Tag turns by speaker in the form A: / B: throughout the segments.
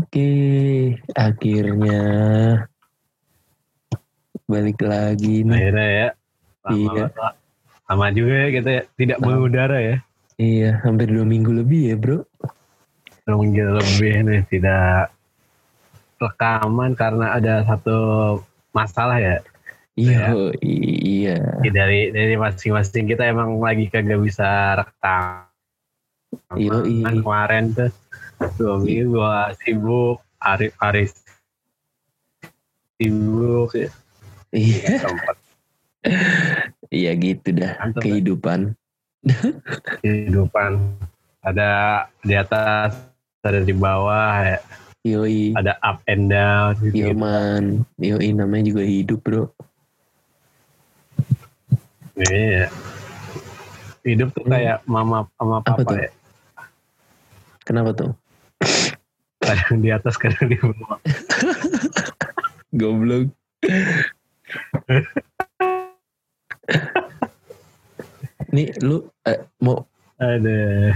A: Oke, akhirnya balik lagi nih.
B: Akhirnya ya, lama juga ya kita tidak mengudara ya.
A: Iya, hampir 2 minggu lebih ya bro.
B: 2 minggu lebih nih tidak rekaman karena ada satu masalah ya.
A: Iya.
B: Dari masing-masing kita emang lagi kagak bisa rekam. Kemarin tuh 2 minggu gua sibuk, Aris sibuk ya.
A: Iya. Iya gitu dah. Mantap,
B: kehidupan ada di atas, ada di bawah ya.
A: Yoi.
B: Ada up and down gitu.
A: Yoi, namanya juga hidup bro.
B: Iya. Hidup tuh kayak mama sama papa ya.
A: Kenapa tuh?
B: Kadang di atas, kadang di bawah.
A: Goblok. Nih lu mau
B: ada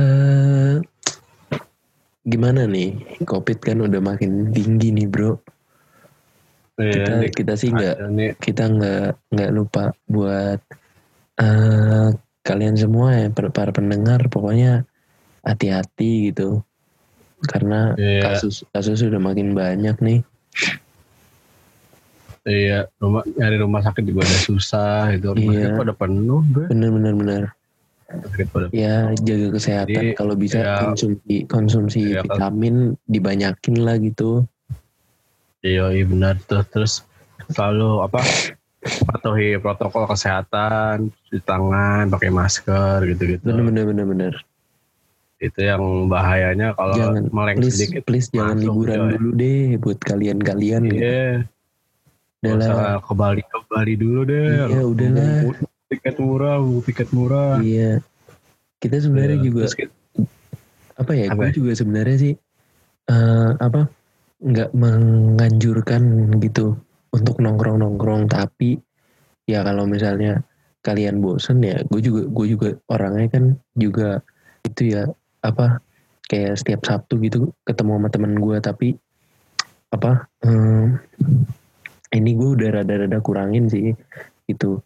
A: gimana nih? Covid kan udah makin tinggi nih bro. Kita sih nggak lupa buat kalian semua ya, para pendengar, pokoknya hati-hati gitu karena kasus udah makin banyak nih.
B: Iya, nyari rumah sakit juga udah susah gitu. Rumah sakit pada penuh.
A: Bener. Ya jaga kesehatan. Kalau bisa konsumsi vitamin dibanyakin lah gitu.
B: Iya benar tuh. Terus selalu patuhi protokol kesehatan, cuci tangan, pakai masker gitu-gitu.
A: Bener.
B: Itu yang bahayanya kalau meleng sedikit.
A: Please jangan liburan dulu deh buat kalian gitu.
B: Udah ke Bali dulu deh.
A: Iya udahlah.
B: Tiket murah.
A: Iya. Kita sebenarnya juga gue juga sebenarnya sih nggak menganjurkan gitu untuk nongkrong, tapi ya kalau misalnya kalian bosen ya gue juga orangnya kan juga itu ya kayak setiap Sabtu gitu ketemu sama temen gue, tapi ini gue udah rada kurangin sih itu.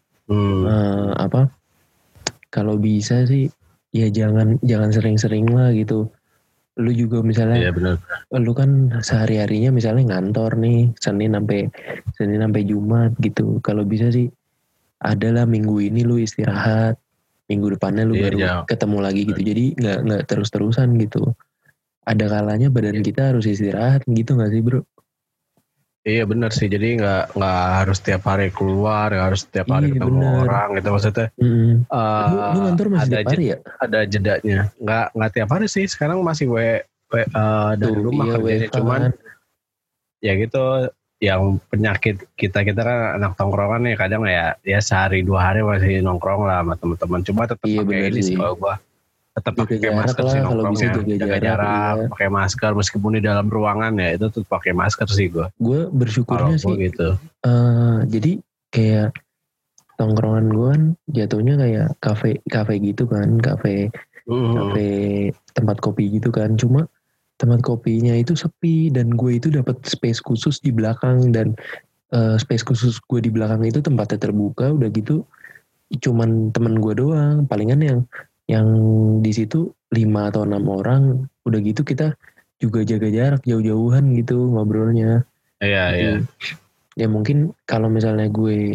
A: Kalau bisa sih ya jangan sering-sering lah gitu. Lu juga misalnya lu kan sehari-harinya misalnya ngantor nih Senin sampai Jumat gitu. Kalau bisa sih adalah minggu ini lu istirahat, minggu depannya lu baru ketemu lagi gitu. Jadi nggak terus-terusan gitu. Ada kalanya badan kita harus istirahat gitu nggak sih bro?
B: Iya benar sih, jadi nggak harus tiap hari keluar, nggak harus tiap hari ketemu orang gitu maksudnya.
A: Lu ngantor masih tiap hari ya?
B: Ada jedanya, nggak tiap hari sih. Sekarang masih dari rumah kerjanya, cuman ya gitu. Yang penyakit kita kan anak tongkrongan nih, kadang ya sehari 2 hari masih nongkrong lah sama teman-teman. Cuma tetap pakai ini sih kalau gua. Tetap pakai masker sih nongkrongnya, jaga jarak, pakai masker meskipun di dalam ruangan ya itu tuh pakai masker sih gue.
A: Gue bersyukurnya sih
B: gitu.
A: Jadi kayak tongkrongan gue kan jatuhnya kayak kafe gitu kan, kafe tempat kopi gitu kan. Cuma tempat kopinya itu sepi dan gue itu dapat space khusus di belakang, dan space khusus gue di belakang itu tempatnya terbuka, udah gitu cuman temen gue doang, palingan yang di situ 5 atau 6 orang, udah gitu kita juga jaga jarak jauh-jauhan gitu ngobrolnya.
B: Iya.
A: Ya mungkin kalau misalnya gue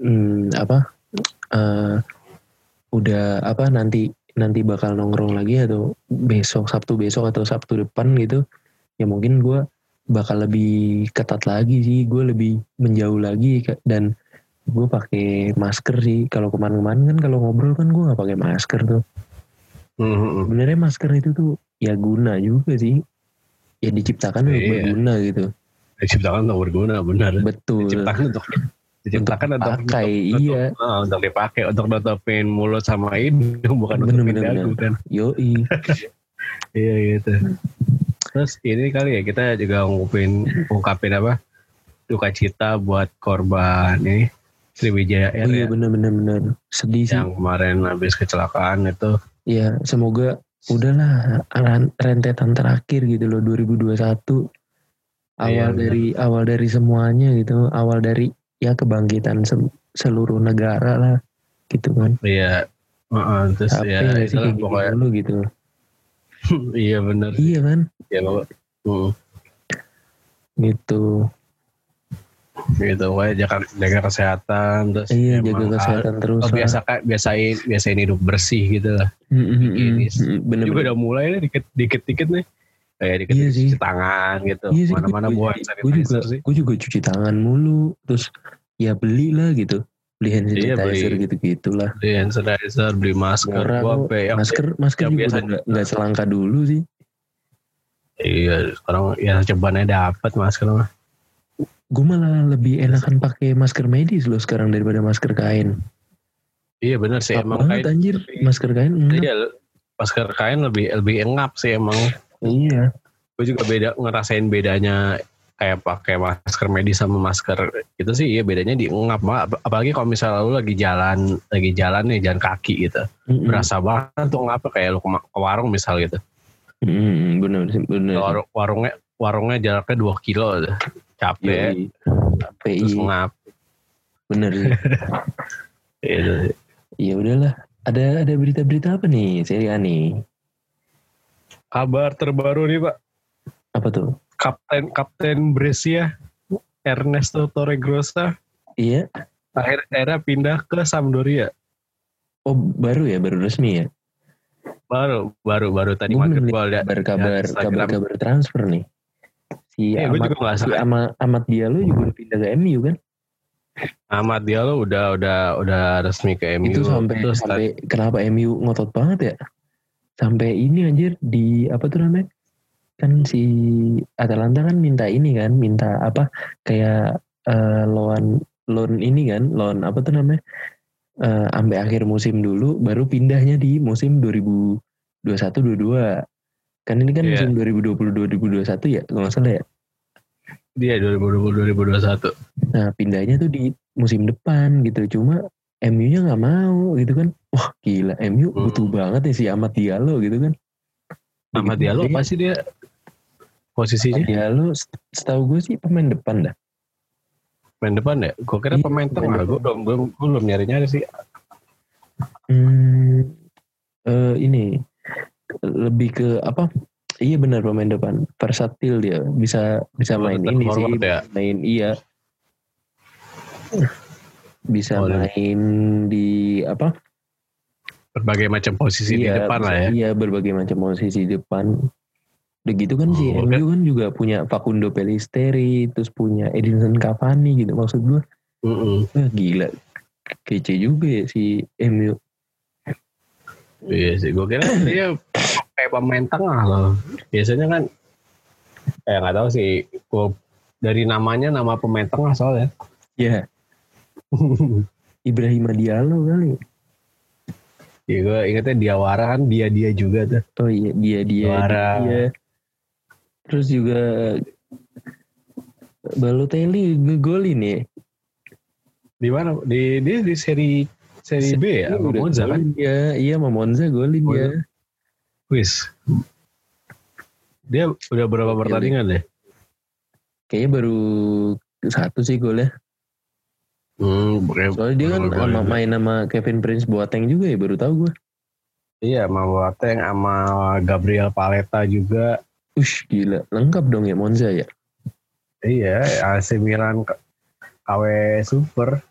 A: udah nanti bakal nongkrong lagi atau Sabtu besok atau Sabtu depan gitu, ya mungkin gue bakal lebih ketat lagi sih, gue lebih menjauh lagi dan gue pakai masker sih. Kalau kemarin kan kalau ngobrol kan gue nggak pakai masker tuh. Sebenarnya masker itu tuh ya guna juga sih, ya diciptakan untuk berguna gitu.
B: Diciptakan untuk berguna, benar.
A: Betul.
B: Diciptakan untuk
A: dipakai, iya.
B: Untuk dipakai, untuk nutupin mulut sama hidung, bukan untuk dagu kan.
A: Yoi.
B: Iya gitu. Terus ini kali ya kita juga ungkapin duka cita buat korban ini Sriwijaya Air.
A: Iya benar. Sedih sih.
B: Yang kemarin habis kecelakaan itu.
A: Iya, semoga udahlah rentetan terakhir gitu loh 2021. awal dari semuanya gitu, awal dari ya kebangkitan seluruh negara lah gitu kan.
B: Iya. Terus
A: Capek
B: ya
A: gak sih
B: itulah
A: kayak gini
B: pokoknya.
A: dulu gitu.
B: Iya benar.
A: Iya kan.
B: Iya bapak.
A: Gitu.
B: Gitu pokoknya jaga kesehatan terus.
A: Iya jaga kesehatan terus lah.
B: biasain hidup bersih gitu lah. Higienis.
A: Bener.
B: Juga udah mulai nih dikit-dikit nih. Kayak dikit-dikit cuci tangan gitu.
A: Iya sih,
B: Mana-mana buat sanitizer sih.
A: Gue juga cuci tangan mulu. Terus ya beli lah gitu. Beli hand sanitizer gitu-gitulah.
B: Beli hand sanitizer, beli masker.
A: Masker juga udah gak selangka dulu sih.
B: Iya, sekarang ya cobaannya dapat masker mah.
A: Gue malah lebih enakan pakai masker medis loh sekarang daripada masker kain.
B: Iya benar sih, emang
A: kain. Anjir, masker kain engap.
B: Iya, masker kain lebih engap sih emang.
A: Iya.
B: Gue juga ngerasain bedanya kayak pakai masker medis sama masker itu sih. Iya bedanya di engap, apalagi kalau misalnya lu lagi jalan nih, jalan kaki gitu. Berasa banget tuh ngapa kayak lu ke warung misal gitu.
A: Bener.
B: Warungnya jaraknya 2 kilo tuh. Capek. Terus ngap.
A: Bener sih. Ya udahlah. Ada berita-berita apa nih Serie A nih?
B: Kabar terbaru nih Pak.
A: Apa tuh?
B: Kapten Brescia Ernesto Torregrossa.
A: Iya.
B: Akhirnya pindah ke Sampdoria.
A: Oh baru resmi ya?
B: Baru tadi maghrib gue lihat
A: kabar transfer nih. Si Amad Diallo juga udah pindah ke MU kan?
B: Amad Diallo udah resmi ke MU.
A: Itu sampai kenapa MU ngotot banget ya? Sampai ini anjir di apa tuh namanya? Kan si Atalanta kan minta apa kayak loan ini kan, loan apa tuh namanya? Sampai akhir musim dulu baru pindahnya di musim 2021-22. Kan ini kan musim 2020-2021 ya, kalau nggak salah ya.
B: Dia 2020-2021.
A: Nah pindahnya tuh di musim depan gitu, cuma MU-nya nggak mau gitu kan. Wah gila, MU butuh banget nih si Amad Diallo gitu kan.
B: Amad Diallo apa sih dia posisinya?
A: Amad Diallo setahu gue sih pemain depan dah.
B: Pemain depan ya? Gue kira pemain tengah. Gue belum nyari sih.
A: Ini lebih ke apa? Iya benar pemain depan. Versatil dia. Bisa main ini sih.
B: Ya?
A: Main iya. Bisa main di apa?
B: Berbagai macam posisi di depan lah ya.
A: Iya berbagai macam posisi di depan. Udah gitu kan si MU kan juga punya Facundo Pellisteri, terus punya Edinson Cavani gitu maksud gue. Wah gila, kece juga ya si MU.
B: Iya sih, gue kira dia kayak pemain tengah loh. Biasanya kan, nggak tahu sih. Gue dari nama pemain tengah soalnya.
A: Iya. Ibrahim Diallo kali.
B: Iya gue ingetnya Diawara kan dia juga tuh.
A: Oh iya dia. Terus juga Balotelli ngegolin ya.
B: Di mana? Di seri B ya? Sama Monza kan?
A: Iya sama Monza golin ya.
B: Wis. Dia udah berapa pertandingan deh?
A: Kayaknya baru 1 sih golnya. Soalnya dia kan main sama Kevin Prince Boateng juga ya, baru tahu gue.
B: Iya sama Boateng sama Gabriel Paletta juga.
A: Gila, lengkap dong ya Monza ya?
B: Iya, AC Milan KW Super.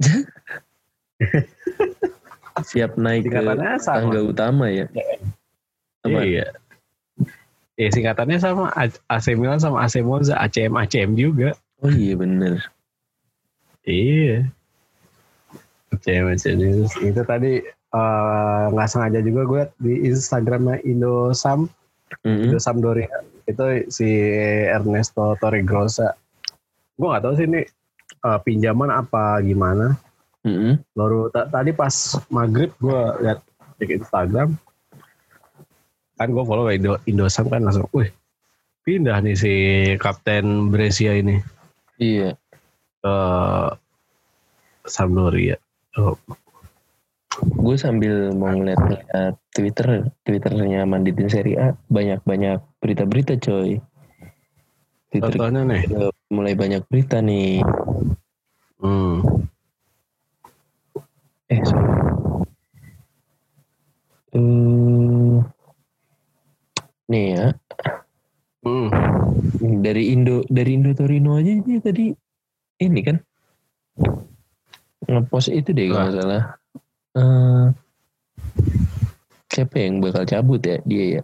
A: Siap naik ke tangga utama ya?
B: Iya. Ya singkatannya sama AC Milan sama AC Monza, ACM juga.
A: Oh iya bener.
B: Iya. ACM itu tadi nggak sengaja juga gue di Instagramnya Indosam. Itu Sampdoria itu si Ernesto Torregrossa. Gue nggak tahu sih ini pinjaman apa gimana. Baru tadi pas maghrib gue lihat di Instagram kan gue follow Indosam kan langsung, pindah nih si Kapten Brescia ini.
A: Iya.
B: Ke Sampdoria.
A: Gue sambil mau ngeliat Twitternya Manditin Serie A banyak berita-berita coy. Twitter udah mulai banyak berita nih. Sorry. Nih ya. Dari Indo Torino aja ini tadi ini kan ngepost itu deh kalau nggak salah. Siapa yang bakal cabut ya dia ya?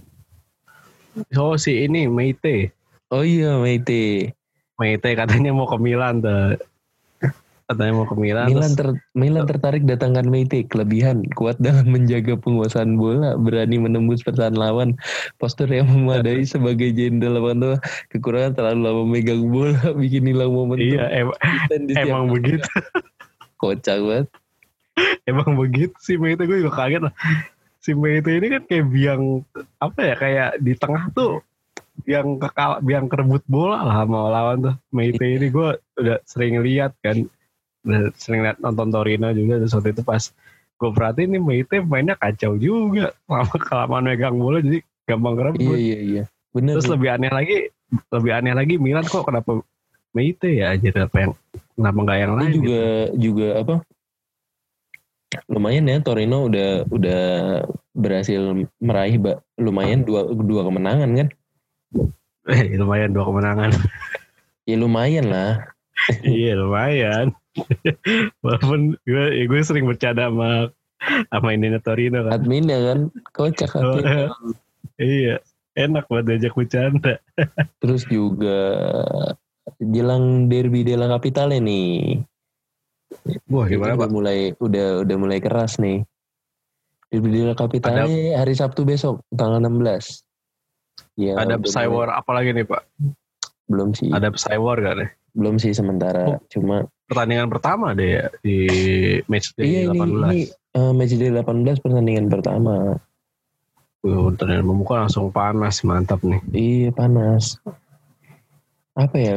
B: Oh si ini Meite.
A: Oh iya Meite
B: katanya mau ke Milan tuh. Katanya mau ke Milan.
A: Milan tertarik datangkan Meite. Kelebihan kuat dalam menjaga penguasaan bola, berani menembus pertahanan lawan, postur yang memadai sebagai jenderal lawan, kekurangan terlalu lama megang bola bikin hilang momentum.
B: Iya emang begitu.
A: Kocak banget.
B: Emang begitu sih Meite, gue juga kaget lah. Si Meite ini kan kayak biang kayak di tengah tuh yang kerebut bola lah sama lawan tuh. Meite ini gue udah sering lihat kan. Udah sering lihat nonton Torino juga. Terus waktu itu pas gue perhatiin nih Meite mainnya kacau juga. Kelamaan megang bola jadi gampang kerebut.
A: Iya. Bener.
B: Terus lebih aneh lagi Milan kok kenapa Meite ya aja kenapa nggak yang lain
A: juga apa? Lumayan ya Torino udah berhasil meraih lumayan dua kemenangan kan?
B: Lumayan 2 kemenangan.
A: Ya lumayan lah.
B: Iya lumayan. Walaupun gue sering bercanda sama ini Torino kan.
A: Adminnya kan kocak adminnya.
B: Iya enak buat diajak bercanda.
A: Terus juga jelang Derby della Capitale nih.
B: Wah gimana Pak?
A: Udah mulai keras nih. Derby della Capitale hari Sabtu besok tanggal 16. Ya,
B: ada Psy-War apa lagi nih Pak?
A: Belum sih.
B: Ada Psy-War gak nih?
A: Belum sih sementara. Cuma
B: pertandingan pertama deh ya di matchday 18.
A: Ini matchday 18 pertandingan pertama.
B: Pertandingan pembuka langsung panas, mantap nih.
A: Iya panas. Apa ya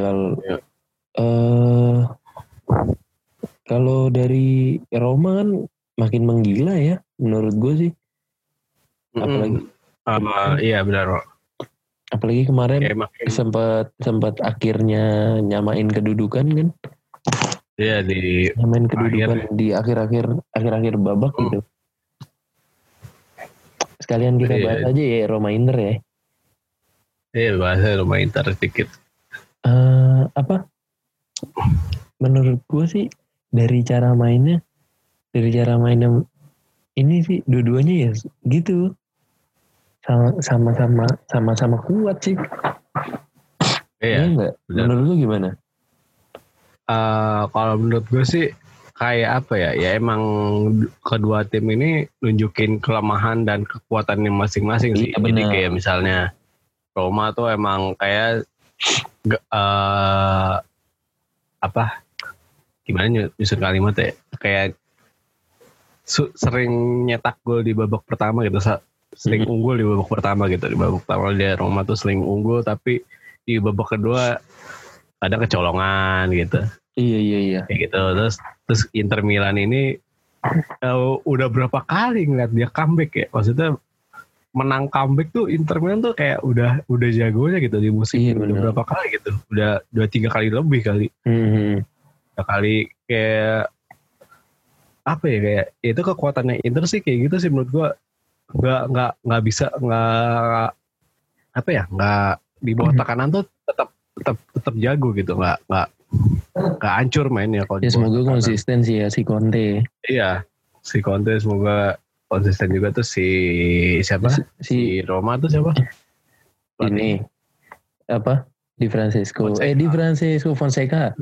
A: kalau dari Roma kan makin menggila ya menurut gue sih. Apalagi
B: iya benar.
A: Apalagi kemarin sempat akhirnya nyamain kedudukan kan?
B: Iya
A: nyamain kedudukan di akhir babak gitu. Sekalian kita bahas aja ya Roma Inter ya.
B: Iya bahas Roma Inter sedikit.
A: Menurut gue sih dari cara mainnya ini sih dua-duanya ya gitu. Sama-sama kuat sih. Iya enggak? Menurut lu gimana?
B: Kalau menurut gue sih kayak apa ya? Ya emang kedua tim ini nunjukin kelemahan dan kekuatannya masing-masing sih. Jadi kayak misalnya Roma tuh emang kayak gimana nyusun kalimat ya? Kayak sering nyetak gol di babak pertama gitu. Sering unggul di babak pertama gitu. Di babak pertama dia Roma tuh sering unggul tapi di babak kedua ada kecolongan gitu.
A: Iya.
B: Kayak gitu. Terus Inter Milan ini udah berapa kali ngeliat dia comeback ya. Maksudnya menang comeback tuh Inter Milan tuh kayak udah jagonya gitu di musim ini. Udah berapa kali gitu. Udah 2-3 kali lebih kali. 3 kali kayak apa ya kayak itu kekuatannya Inter sih kayak gitu sih menurut gua. Nggak bisa nggak di bawah tekanan tuh tetap jago gitu nggak hancur mainnya kalau
A: ya semoga konsisten sih ya si Conte.
B: Iya si Conte semoga konsisten juga tuh si siapa si Roma tuh siapa
A: ini apa Di Francesco Fonseca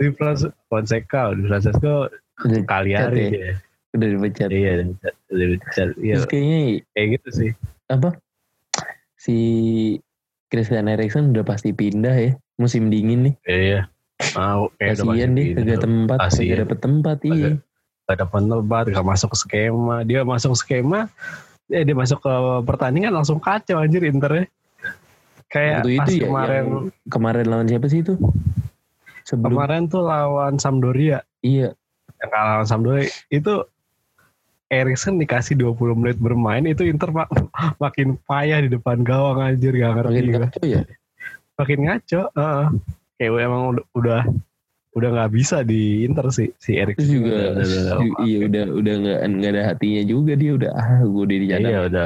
B: Cagliari ya.
A: Udah dipecat.
B: Iya, udah dipecat. Iya.
A: Terus kayaknya
B: kayak gitu sih.
A: Si Christian Eriksen udah pasti pindah ya musim dingin nih.
B: Iya.
A: Kasian deh kagak dapet tempat iya.
B: Gak dapet tempat, gak masuk skema. Dia masuk skema, dia masuk ke pertandingan langsung kacau anjir Internya. Kayak
A: pas itu kemarin lawan siapa sih itu?
B: Kemarin tuh lawan Sampdoria.
A: Iya.
B: Yang kalah lawan Sampdoria itu Eriksen dikasih 20 menit bermain itu Inter makin payah di depan gawang anjir gak ngerti.
A: Makin kacau ya?
B: makin ngaco. Kayak emang udah nggak bisa di Inter sih si Erik.
A: Terus juga udah nggak ada hatinya juga dia, udah gue udah di
B: Iya udah.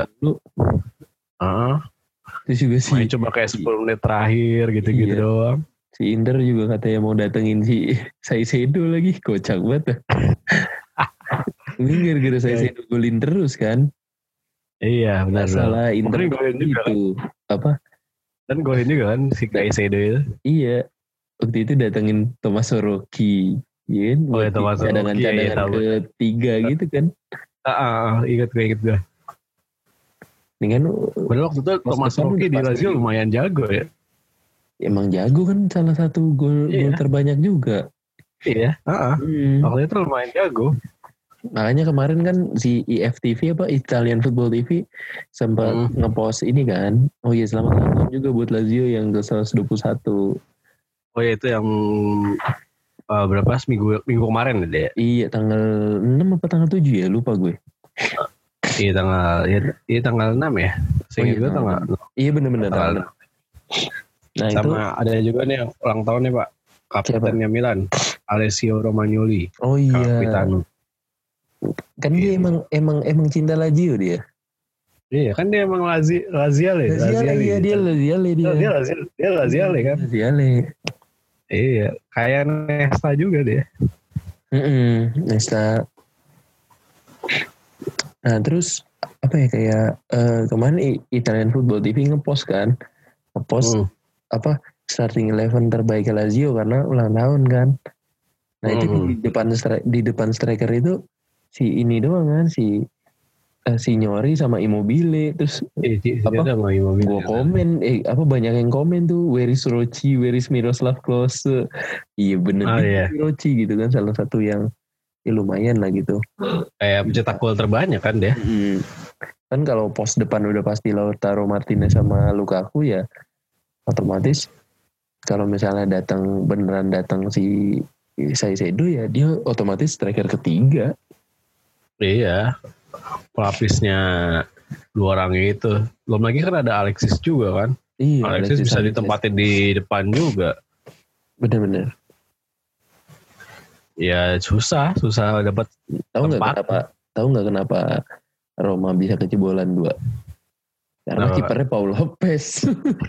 A: Terus juga sih
B: main cuma kayak 10 menit terakhir gitu-gitu doang.
A: Si Inter juga katanya mau datengin si Saicedo lagi, kocak banget. Ini gara-gara Saicedo golin terus kan.
B: Iya benar.
A: Masalah Inter itu apa?
B: Dan golin juga kan si Saicedo itu.
A: Iya. Waktu itu datengin Thomas Soroki. Iya kan?
B: Oh ya Thomas Soroki.
A: Cadangan ketiga gitu kan.
B: Ingat gue. Dengan waktu itu Thomas Soroki di Lazio lumayan jago ya.
A: Emang jago kan, salah satu gol terbanyak juga.
B: Iya. Waktu itu lumayan jago.
A: Makanya kemarin kan si IFTV Italian Football TV sempat ngepost ini kan. Oh iya, selamat ulang tahun juga buat Lazio yang ke 121.
B: Oh iya, itu yang berapa minggu kemarin ya?
A: Iya, tanggal 6 apa tanggal 7 ya, lupa gue.
B: Iya tanggal 6 ya. Sehingga tanggal.
A: Iya benar-benar tanggal 6. Nah,
B: sama itu ada juga nih yang ulang tahun nih Pak, kaptennya Milan, Alessio Romagnoli.
A: Oh iya.
B: Kapitano.
A: Kan dia emang cinta Lazio dia.
B: Iya kan dia emang Laziale.
A: Iya dia Laziale dia.
B: Dia Laziale kan.
A: Laziale.
B: Iya, kayak Nesta juga dia.
A: Nesta. Nah terus apa ya, kayak kemarin Italian Football TV ngepost starting 11 terbaik Lazio karena ulang tahun kan. Nah itu di depan striker itu si ini doang kan, si Signori sama Immobile. Terus gue komen banyak yang komen tuh, where is Rocci, where is Miroslav Klose. Iya bener Rocci gitu kan, salah satu yang lumayan lah gitu,
B: kayak pencetak gol terbanyak kan dia.
A: Kan kalau pos depan udah pasti Lautaro Martinez sama Lukaku ya, otomatis kalau misalnya beneran datang si Saicedo ya dia otomatis striker ketiga.
B: Iya, pelapisnya dua orang itu. Belum lagi kan ada Alexis juga kan.
A: Iya,
B: Alexis bisa ditempatin di depan juga.
A: Bener-bener.
B: Ya susah dapat tempat.
A: Tahu nggak kenapa Roma bisa kejebolan 2? Karena kipernya Paul Lopez.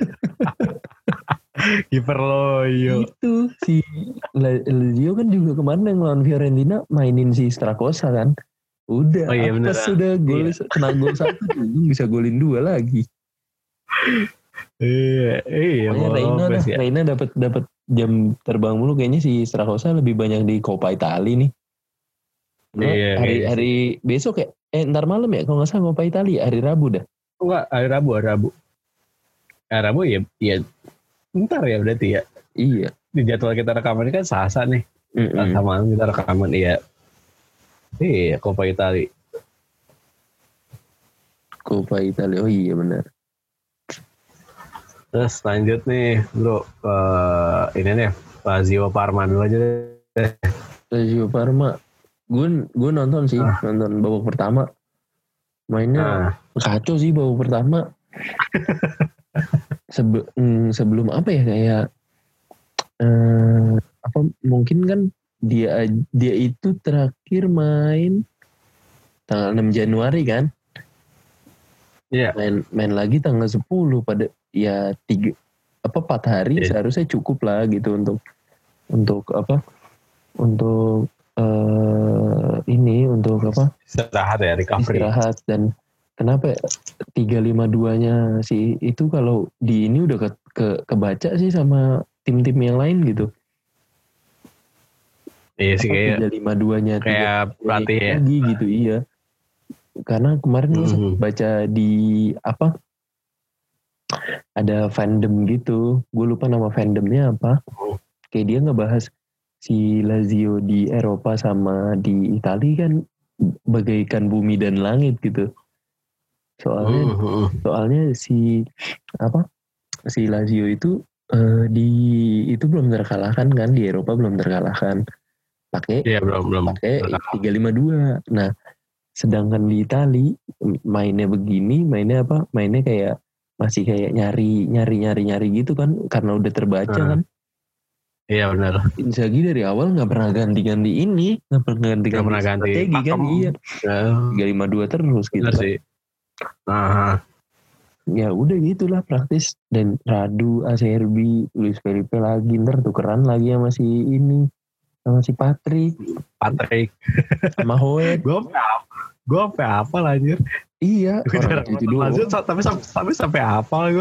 B: Kiper loyo.
A: Itu si Lazio kan juga kemarin yang lawan Fiorentina mainin si Strakosa kan. Udah, sudah gol, kena gol 1 bisa golin 2 lagi.
B: Iya.
A: Reina dapat jam terbang mulu kayaknya. Si Strakosa lebih banyak di Coppa Italia nih. Hari besok ya? Ntar malam ya kalau nggak salah Coppa Italia, hari Rabu dah.
B: Enggak, hari Rabu. Hari Rabu ya. Ntar ya berarti ya.
A: Iya.
B: Di jadwal kita rekaman ini kan Selasa nih. Selasa malam kita rekaman iya. Iya, Coppa Italia. Oh iya benar. Terus lanjut nih bro, ini nih Lazio Parma dulu aja deh.
A: Lazio Parma, gue nonton sih, nonton babak pertama. Mainnya kacau sih babak pertama. Sebelum apa ya, kayak mungkin kan dia itu terakhir main tanggal 6 Januari kan. Iya. Main lagi tanggal 10 pada ya 4 hari seharusnya cukup lah gitu untuk
B: istirahat ya, recovery.
A: Dan kenapa 352-nya sih itu kalau di ini udah kebaca sih sama tim-tim yang lain gitu.
B: Iya sih, kayak
A: 352-nya
B: kayak pelatih ya.
A: Lagi gitu, iya. Karena kemarin gue baca di ada fandom gitu, gue lupa nama fandomnya apa. Kayak dia ngebahas si Lazio di Eropa sama di Italia kan bagaikan bumi dan langit gitu. Soalnya si Lazio itu itu belum terkalahkan kan, di Eropa belum terkalahkan. Pakai 352. Nah, sedangkan di Itali mainnya begini, mainnya kayak masih kayak nyari gitu kan, karena udah terbaca kan.
B: Iya benar.
A: Inzaghi dari awal nggak pernah ganti ini, nggak pernah ganti strategi kan, iya. 3-5-2 terus gitu kan. Ya udah gitulah praktis. Dan Radu, Acerbi, Luis Felipe lagi, ntar tukeran lagi sama si ini, sama si Patrick sama Hoed.
B: Gue sampai apa anjir.
A: Iya, orang itu doang.
B: Tapi sampai apa gue.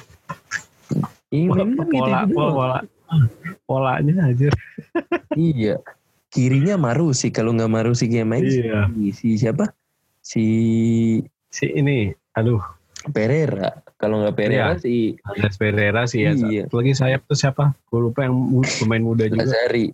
B: Polanya aja.
A: Iya. Kirinya Marusi, kalau nggak Marusi kayak main si siapa? Si
B: ini, aduh.
A: Pereira. Kalau nggak Pereira si
B: Andres Pereira sih ya. Iya. Lagi sayap tuh siapa? Gue lupa yang pemain muda juga.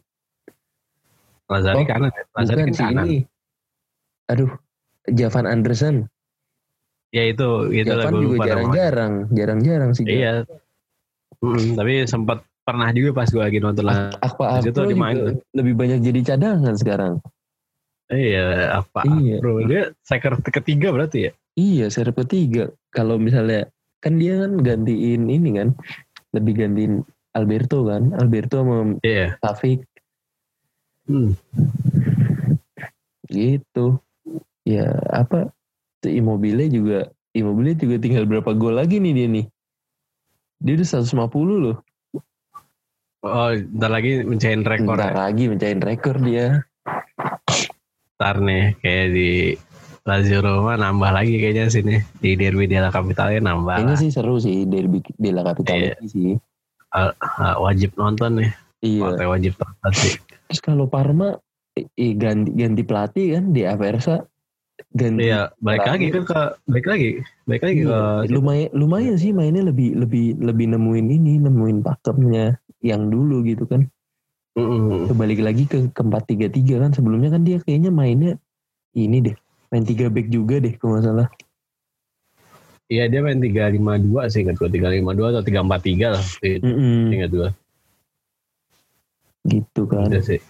B: Lazari kanan. Lazari kan kanan. Ini.
A: Aduh, Javan Anderson.
B: Ya itu
A: Javan juga jarang-jarang sih.
B: Iya. Tapi sempat pernah juga pas gue lagi nonton
A: Akpa Afro juga main. Lebih banyak jadi cadangan sekarang.
B: Iya, Afro. Dia striker ketiga berarti ya?
A: Iya, striker ketiga. Kalau misalnya kan dia kan gantiin ini kan, lebih gantiin Alberto sama Taufik. Gitu. Ya apa? Immobile juga tinggal berapa gol lagi nih dia nih? Dia udah 150 loh.
B: Oh, ntar lagi mencahin rekor dia. Ntar nih kayak di Lazio Roma nambah lagi kayaknya sini. Di Derby della Capitale nambah.
A: Kayaknya sih seru sih Derby della Capitale sih.
B: Wajib nonton nih.
A: Iya.
B: Wajib nonton sih.
A: Terus kalau Parma ganti pelatih kan di Aversa.
B: Iya, balik lagi ke
A: lumayan sih mainnya lebih nemuin pakemnya yang dulu gitu kan. Balik lagi ke 4-3-3 kan, sebelumnya kan dia kayaknya mainnya ini deh, main 3 back juga deh kalau nggak salah.
B: Iya, dia main 3-5-2 sih, ingat gue 3-5-2 atau 3-4-3 lah. Ingat gue.
A: Gitu kan.
B: Udah sih.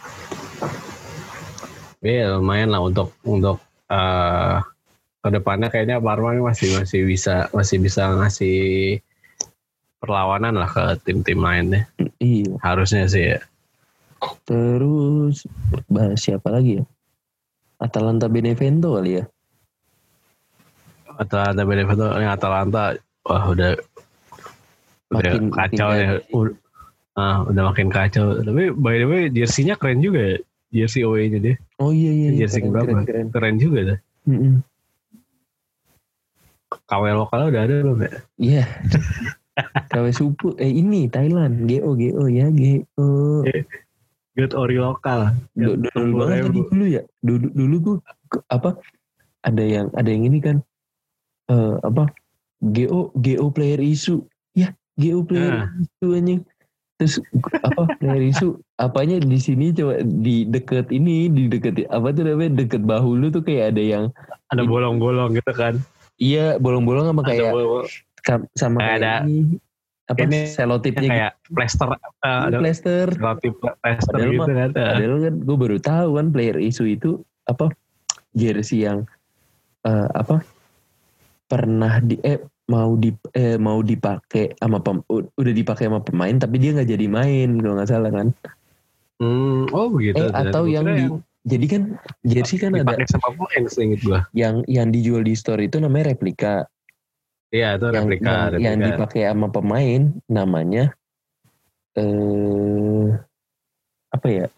B: Ya lumayan lah untuk kedepannya kayaknya Parma masih bisa ngasih perlawanan lah ke tim-tim lainnya.
A: Iya.
B: Harusnya sih ya.
A: Terus bahas siapa lagi ya? Atalanta Benevento kali ya.
B: Atalanta wah udah kacau ya. Udah makin kacau. Tapi by the way jersey-nya keren juga ya. Jersey away-nya dia.
A: Oh iya.
B: Jersey keren juga dah. KW lokal udah ada belum ya?
A: Iya. KW supu. Ini Thailand. GO ya.
B: Get ori lokal.
A: Dulu banget tadi dulu ya. Dulu gue apa? Ada yang ini kan. GO player isu. Ya, GO player isu anjing. Terus player isu apanya di sini coba di deket apa tuh namanya, deket bahu lu tuh kayak ada yang
B: ada bolong-bolong gitu kan.
A: Iya, bolong-bolong sama kayak sama kayak
B: ada
A: ini selotipnya
B: kayak plester selotip plester
A: padahal
B: gitu kan.
A: Padahal kan gue baru tahu kan player isu itu jersey yang pernah mau dipakai sama udah dipakai sama pemain tapi dia nggak jadi main kalau nggak salah kan.
B: Oh begitu.
A: Atau yang jadi kan jersey kan
B: dipakai
A: ada
B: sama pemain seinget gua.
A: Yang dijual di store itu namanya replika.
B: Iya itu replika.
A: Yang dipakai sama pemain namanya apa ya?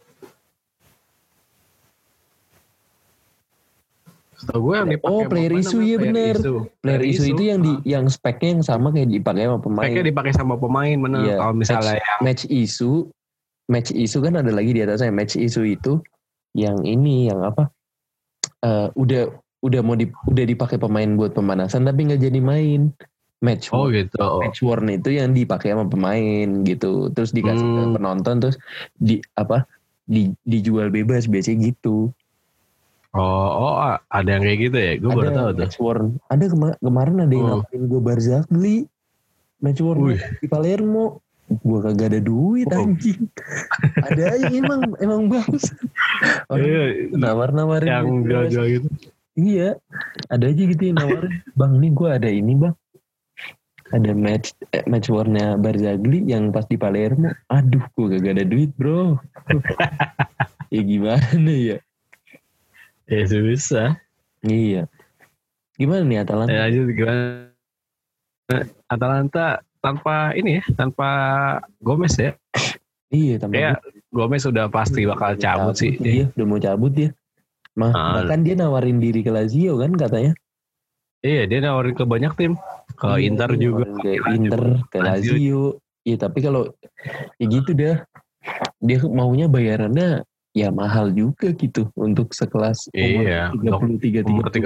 A: Player isu ya bener. Player isu itu yang speknya yang sama kayak dipakai sama pemain.
B: Speknya dipakai sama pemain bener. Iya. Kalau misalnya
A: match isu kan ada lagi di atasnya. Match isu itu yang ini yang apa? Udah dipakai pemain buat pemanasan tapi nggak jadi main. Match worn itu yang dipakai sama pemain gitu. Terus dikasih ke penonton terus dijual bebas biasanya gitu.
B: Oh, ada yang kayak gitu ya? Gue baru tahu tuh.
A: Match worn. Ada kemarin ada yang ngapain gue Barzagli match worn di Palermo. Gue kagak ada duit anjing. Ada aja emang bagus. Nawar-nawarin
B: yang jual-jual gitu.
A: Iya, ada aja gitu yang nawarin. Bang, nih gue ada ini bang. Ada match warna Barzagli yang pas di Palermo. Aduh, gue gak ada duit bro. Ya gimana ya?
B: Ya susah.
A: Iya. Gimana nih Atalanta?
B: Ya lanjut gimana? Atalanta tanpa ini ya, tanpa Gomez ya.
A: Iya, tanpa
B: kayak Gomez sudah pasti bakal cabut sih.
A: Iya, udah mau cabut dia. Bahkan dia nawarin diri ke Lazio kan katanya.
B: Iya, dia nawarin ke banyak tim. Ke Inter juga.
A: Ke Inter, ke Lazio. Iya, tapi kalau ya gitu dah. Dia maunya bayarannya ya mahal juga gitu untuk sekelas umur 32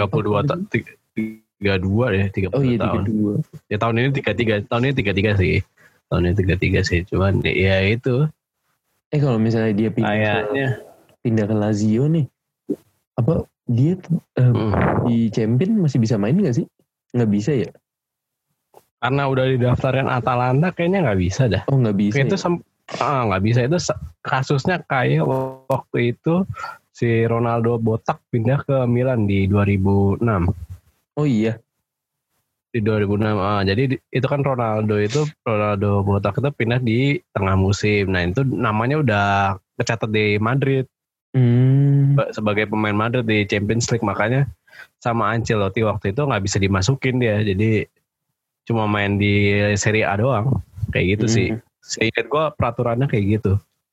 B: deh, 30
A: oh, iya,
B: tahun.
A: 32.
B: Ya tahun ini 33 sih. Tahun ini 33 sih. Cuman ya itu.
A: Kalau misalnya dia pindah ke Lazio nih, apa dia di Champions masih bisa main nggak sih? Nggak bisa ya?
B: Karena udah didaftarin Atalanta kayaknya nggak bisa dah.
A: Oh, nggak bisa.
B: Itu nggak bisa. Itu kasusnya kayak waktu itu si Ronaldo botak pindah ke Milan di 2006.
A: Oh iya.
B: Di 2006. Jadi itu kan Ronaldo botak itu pindah di tengah musim. Nah itu namanya udah kecatat di Madrid. Sebagai pemain Madrid di Champions League, makanya sama Ancelotti waktu itu nggak bisa dimasukin dia. Jadi cuma main di Serie A doang. Kayak gitu sih. Seingat gue peraturannya kayak gitu.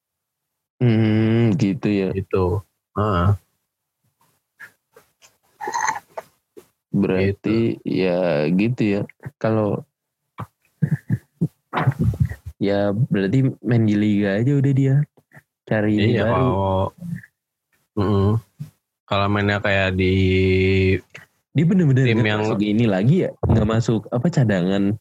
A: Gitu ya.
B: Gitu.
A: Berarti gitu. Ya gitu ya. Kalau ya berarti main di Liga aja udah dia. Cari ini baru.
B: Kalau mainnya kayak di
A: dia bener-bener
B: tim
A: yang masuk ini lagi ya, nggak masuk cadangan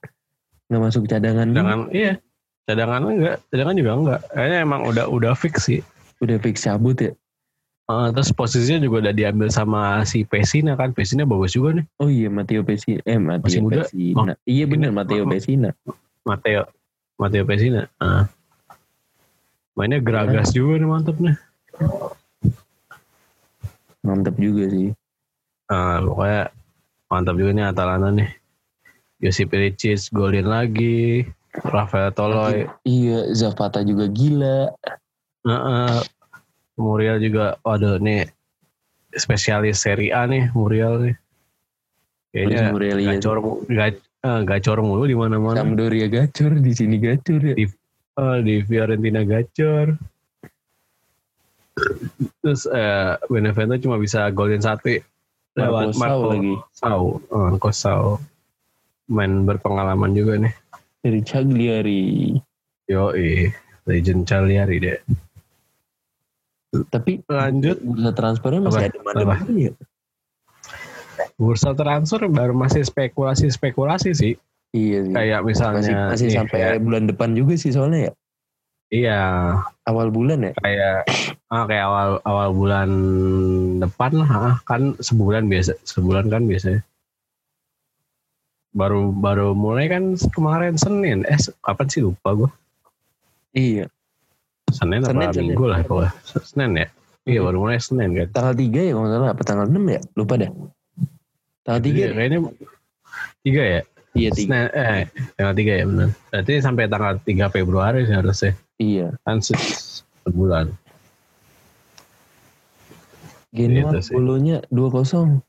B: iya, cadangan juga enggak, kayaknya emang udah fix sih,
A: udah fix cabut ya.
B: Terus posisinya juga udah diambil sama si Pessina kan. Pessina bagus juga nih.
A: Oh iya, Matteo Pessina. Masih muda. Iya benar, Matteo Pessina.
B: Matteo Pessina. Mainnya geragas juga nih, mantep nih.
A: Mantap juga sih.
B: Pokoknya mantap juga nih Atalanta nih. Josip Ilicic golin lagi. Rafael Toloi.
A: Iya, Zapata juga gila.
B: Muriel juga, waduh nih spesialis Serie A nih Muriel nih. Kayaknya gacor mulu di mana-mana.
A: Sampdoria gacor, di sini gacor ya.
B: Di Fiorentina gacor. Terus Benevento cuma bisa golin 1 lewat Marco Sao. Main berpengalaman juga nih.
A: Dari Cagliari.
B: Legend Cagliari deh.
A: Tapi
B: lanjut,
A: bursa transfernya masih ada mana ya?
B: Bursa transfer baru masih spekulasi sih.
A: Iya sih.
B: Kayak misalnya
A: masih sampai bulan depan juga sih soalnya ya.
B: Iya.
A: Awal bulan ya?
B: Kayak awal bulan depan lah, kan sebulan kan biasanya. Baru mulai kan kemarin Senin. Kapan sih lupa gue.
A: Iya.
B: Senin apa Minggu lah pokoknya. Senin ya? Iya baru mulai Senin kan.
A: Tanggal 3 ya kalau salah, apa tanggal 6 ya? Lupa dah. Tanggal 3
B: kayaknya 3 ya?
A: Iya 3.
B: Tanggal 3 ya benar. Berarti sampai tanggal 3 Februari sih harusnya.
A: Iya.
B: Kan sebulan.
A: Genoa bolonya 2-0.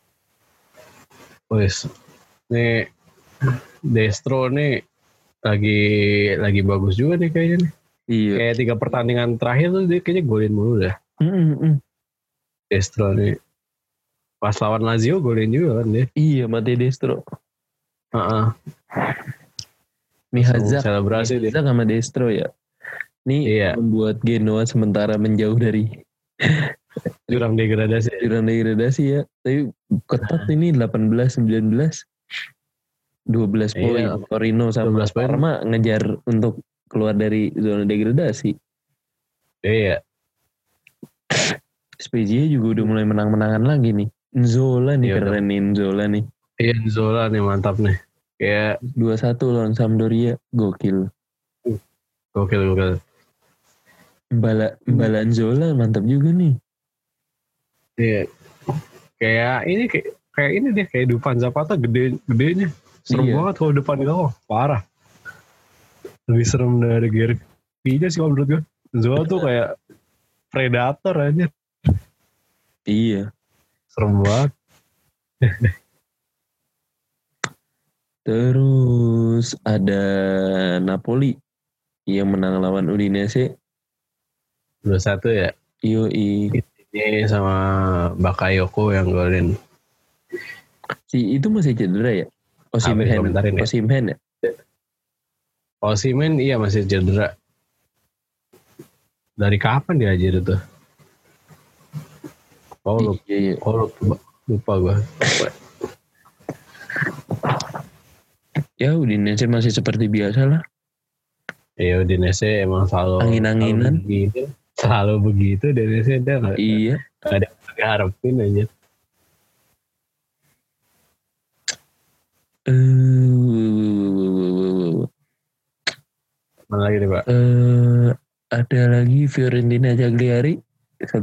B: Wes. Nih Destro nih lagi bagus juga nih kayaknya nih.
A: Iya.
B: Kayak 3 pertandingan terakhir tuh dia kayaknya golin mulu dah. Destro nih. Pas lawan Lazio golin juga kan dia.
A: Iya, Mate Destro. Mihazak selebrasi dia sama Destro ya. Ini membuat Genoa sementara menjauh dari
B: jurang degradasi
A: ya. Tapi ketat ini 18-19. 12 poin. Torino sama Parma ngejar untuk keluar dari zona degradasi.
B: Iya.
A: Spezia juga udah mulai menang-menangan lagi nih. Nzola nih keren nih Nzola nih.
B: Iya Nzola nih mantap nih. Kayak
A: 2-1 lawan Sampdoria, gokil. Mbala Nzola mantap juga nih.
B: Iya. Kayak ini deh kayak Dufan Zapata gedenya Serem banget kalau depan gawang, parah. Lebih serem dari Gervinya sih kalau menurut gue. Zola tuh kayak predator aja.
A: Iya.
B: Serem banget.
A: Terus ada Napoli yang menang lawan Udinese
B: 2-1 ya.
A: Yoi.
B: Ini sama Bakayoko yang golin.
A: Si itu masih cedera ya? Osimhen ya?
B: Osimhen iya masih cedera. Dari kapan dia aja tuh? Lupa gue.
A: Ya Udinese masih seperti biasa lah.
B: Ya Udinese emang selalu
A: angin-anginan.
B: Selalu begitu Udinese dia nggak.
A: Iya.
B: Ada harapin aja. Mana lagi nih Pak?
A: Ada lagi Fiorentina Cagliari 1-0.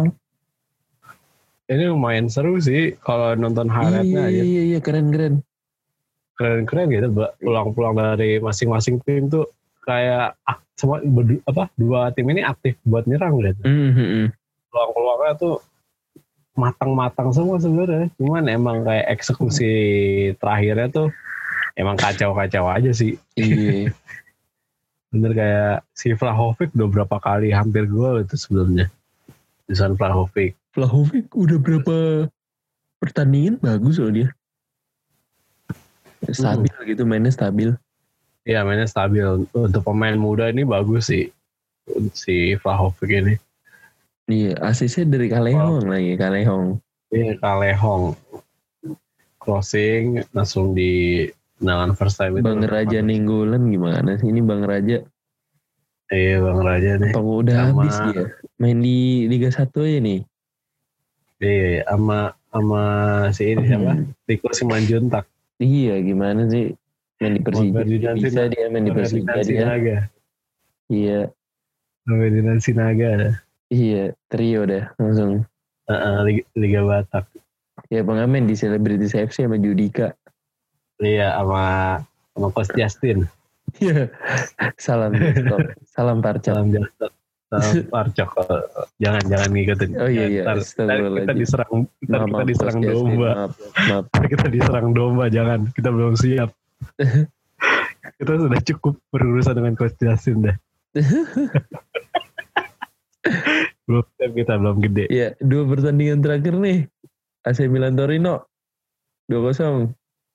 B: Ini lumayan seru sih kalau nonton highlightnya aja.
A: Iya keren.
B: Keren gitu, pulang-pulang dari masing-masing tim tuh kayak semua dua tim ini aktif buat nyerang gitu. Peluang-peluangnya tuh matang-matang semua sebenarnya. Cuman emang kayak eksekusi terakhirnya tuh emang kacau-kacau aja sih.
A: Iya.
B: Bener kayak si Vlahovic udah berapa kali hampir gol itu sebelumnya. Dusan Vlahovic udah berapa pertandingan bagus loh dia. Stabil gitu, mainnya stabil. Iya mainnya stabil. Untuk pemain muda ini bagus sih. Si Vlahovic ini.
A: Iya, asisnya dari Kalehong lagi, Kalehong.
B: Iya, Kalehong. Crossing langsung di tendangan first time itu.
A: Bang Raja Ninggolan gimana sih ini Bang Raja?
B: Iya, Bang Raja nih.
A: Apa udah habis dia? Main di Liga 1 aja nih.
B: Iya, sama si ini siapa? Rico Simanjuntak.
A: Iya, gimana sih main di Persija? Bisa dia main di Persija dia. Iya.
B: Ferdinand Sinaga.
A: Iya, trio dah langsung.
B: Liga Batak.
A: Ya pengamen di Celebrities FC sama Judika.
B: Iya, sama Coach Justin.
A: Iya. Salam Parcok.
B: Salam Parcok. Jangan ngikutin.
A: Oh iya.
B: Kita diserang domba.
A: Maaf.
B: Kita diserang domba, jangan. Kita belum siap. Kita sudah cukup berurusan dengan Coach Justin dah. Kita belum gede.
A: Iya, 2 pertandingan terakhir nih. AC Milan Torino 2-0.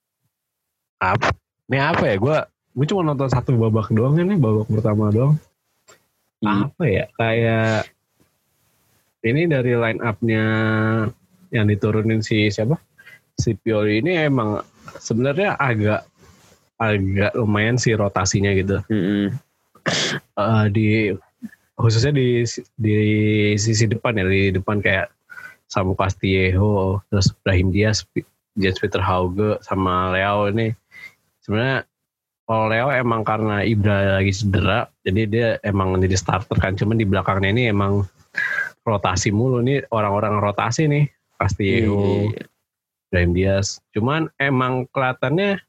B: Ini apa ya? Gue cuma nonton satu babak doang nih, babak pertama doang. Apa ya? Kayak ini dari line up-nya yang diturunin si siapa? Si Pioli ini emang sebenarnya agak lumayan sih rotasinya gitu. Khususnya di sisi depan ya, di depan kayak Samu Castillejo, terus Brahim Diaz, Jens Peter Hauge sama Leo ini. Sebenarnya kalau Leo emang karena Ibra lagi cedera, jadi dia emang jadi starter kan. Cuman di belakangnya ini emang rotasi mulu nih, orang-orang rotasi nih, Castillejo, Brahim Diaz. Cuman emang kelihatannya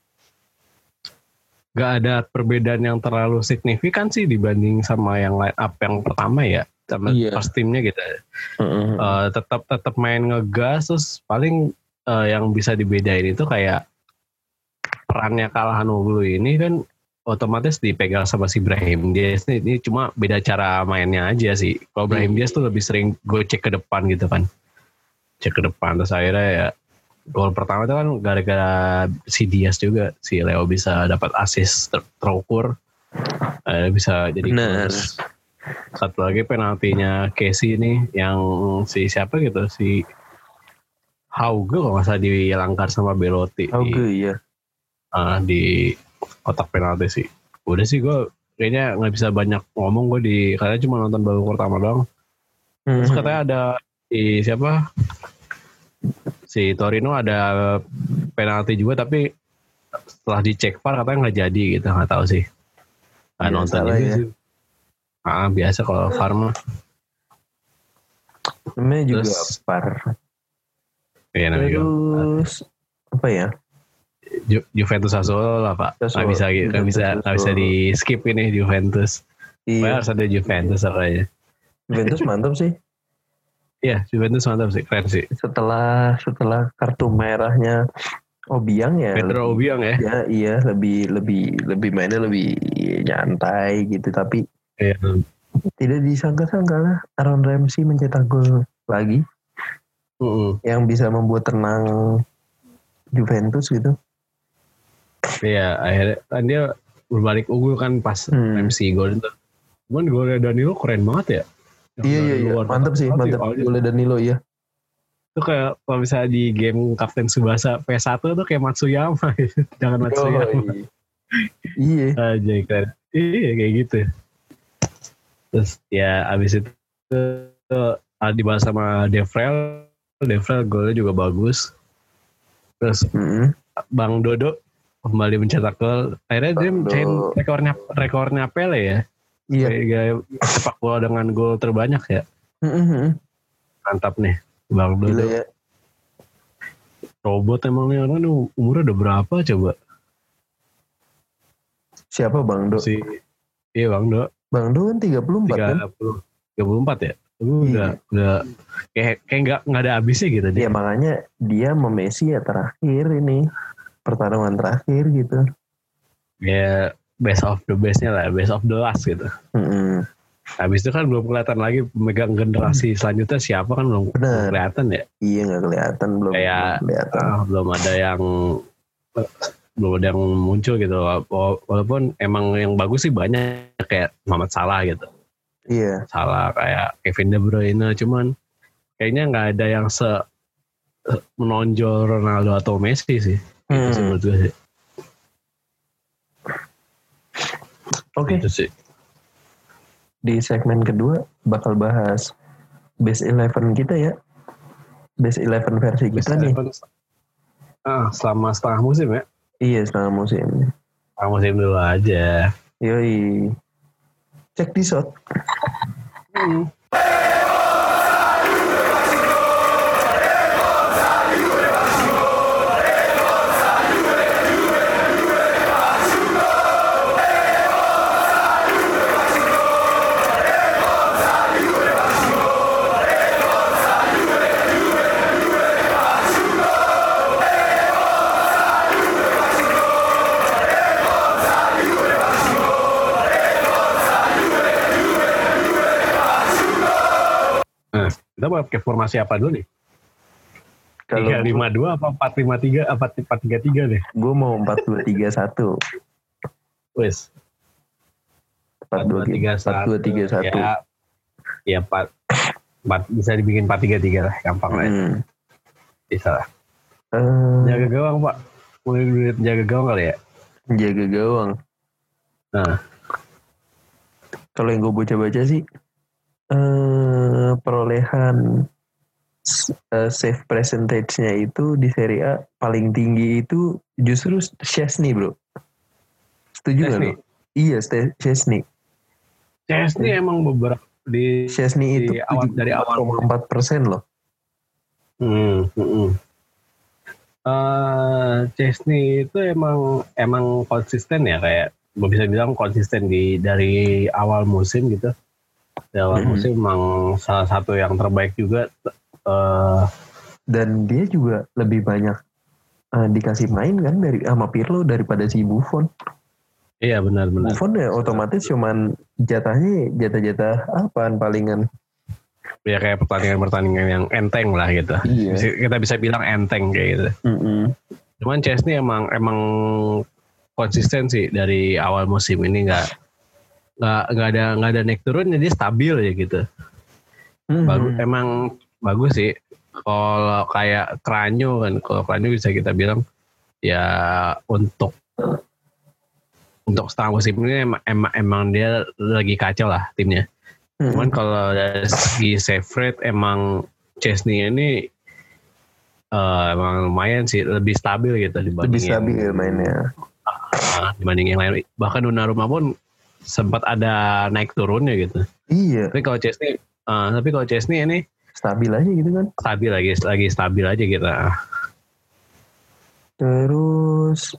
B: gak ada perbedaan yang terlalu signifikan sih dibanding sama yang line up yang pertama ya, sama first timnya gitu. Tetap main ngegas, terus paling yang bisa dibedain itu kayak perannya Calhanoglu ini kan otomatis dipegang sama si Brahim Diaz. Ini cuma beda cara mainnya aja sih. Kalau Brahim Diaz tuh lebih sering cek ke depan gitu kan, cek ke depan, terus akhirnya ya gol pertama itu kan gara-gara si Diaz juga, si Leo bisa dapat assist terukur, bisa jadi terus. Satu lagi penaltinya Casey ini yang si siapa gitu, si Hauge kalau nggak salah dilanggar sama Belotti.
A: Hauge
B: di kotak penalti sih. Udah sih gue kayaknya nggak bisa banyak ngomong, gue karena cuma nonton babak pertama doang. Terus katanya ada siapa? Si Torino ada penalti juga, tapi setelah dicek VAR katanya nggak jadi gitu, nggak tahu sih. Nggak nonton juga sih. Biasa kalau VAR mah.
A: Namanya juga VAR.
B: Iya namanya.
A: Terus apa ya?
B: Juventus Sassuolo lah Pak. Nggak bisa di skip ini Juventus. Iya. Harus ada Juventus aja.
A: Juventus mantap sih.
B: Iya, Juventus mantap sih, keren sih.
A: Setelah kartu merahnya Obiang ya.
B: Pedro Obiang ya.
A: Ya iya, lebih mainnya lebih nyantai gitu, tapi
B: iya.
A: Tidak disangka-sangka lah Aaron Ramsey mencetak gol lagi. Yang bisa membuat tenang Juventus gitu.
B: Iya, akhirnya kan dia berbalik unggul kan pas Ramsey gol itu. Cuman golnya Danilo keren banget ya.
A: Iya. Mantap sih, mantap. Golnya Danilo ya.
B: Itu kayak kalau misalnya di game Kapten Tsubasa PS1 tuh kayak Matsuyama. Jangan Matsuyama.
A: Iya.
B: Aja keren. Iya kayak gitu. Terus ya abis itu dibalas sama Devrel golnya juga bagus. Terus Bang Dodo kembali mencetak gol. Akhirnya dia mencahin rekornya Pele ya. Iya. Sepak bola dengan gol terbanyak ya. Mantap nih Bang Dodo. Ya. Robot emang nih orang umurnya udah berapa coba?
A: Siapa Bang Do?
B: Iya Bang Do.
A: Bang Do kan 34 kan?
B: 34 ya? Udah kayak nggak ada habisnya gitu.
A: Iya makanya dia sama Messi ya terakhir ini. Pertarungan terakhir gitu.
B: Ya best of the bestnya lah. Best of the last gitu. Habis itu kan belum kelihatan lagi pemegang generasi selanjutnya siapa kan belum kelihatan ya.
A: Iya gak kelihatan. Belum kelihatan.
B: Belum ada yang muncul gitu. Walaupun emang yang bagus sih banyak kayak Muhammad Salah gitu.
A: Iya.
B: Salah kayak Kevin De Bruyne, cuman kayaknya nggak ada yang menonjol Ronaldo atau Messi sih. Itu sih menurut gue sih.
A: Oke.
B: Itu sih.
A: Di segmen kedua bakal bahas Best 11 kita ya. Best 11 versi kita nih.
B: Selama setengah musim ya.
A: Iya setengah musim.
B: Setengah musim dulu aja.
A: Yoi. Cek di shot.
B: Kita mau pakai formasi apa dulu nih? 3-5-2 apa 4-5-3 apa 4-3-3 deh?
A: Gue mau 4-2-3-1.
B: Wes.
A: 4-2-3-1.
B: Ya 4 bisa dibikin 4-3-3 lah, gampang lah. Bisa lah. Jaga gawang Pak. Mulai jaga gawang kali ya?
A: Jaga gawang.
B: Nah.
A: Kalau yang gue baca-baca sih perolehan save percentage-nya itu di Serie A paling tinggi itu justru Szczesny bro. Setuju nggak lo? Iya Szczesny.
B: Szczesny emang beberapa di
A: Szczesny itu
B: dari awal
A: 4% loh.
B: Szczesny itu emang konsisten ya, kayak gue bisa bilang konsisten dari awal musim gitu. Di awal musim memang salah satu yang terbaik juga.
A: Dan dia juga lebih banyak dikasih main kan sama Pirlo daripada si Buffon.
B: Iya benar.
A: Buffon ya otomatis cuman jatah apaan palingan.
B: Ya kayak pertandingan yang enteng lah gitu. Iya. Kita bisa bilang enteng kayak gitu. Cuman Szczesny emang konsisten sih dari awal musim ini, nggak ada naik turun, jadi stabil ya gitu. Emang bagus sih. Kalau kayak Kranjo kan, kalau Kranjo bisa kita bilang ya untuk setengah musim ini emang dia lagi kacau lah timnya. Cuman kalau dari segi save rate emang Szczesny ini emang lumayan sih, lebih stabil gitu dibanding
A: lebih stabil mainnya.
B: Dibanding yang lain. Bahkan Donnarumma pun sempat ada naik turunnya gitu.
A: Iya.
B: Tapi kalau Szczesny ini
A: stabil aja gitu kan.
B: Stabil lagi stabil aja gitu.
A: Terus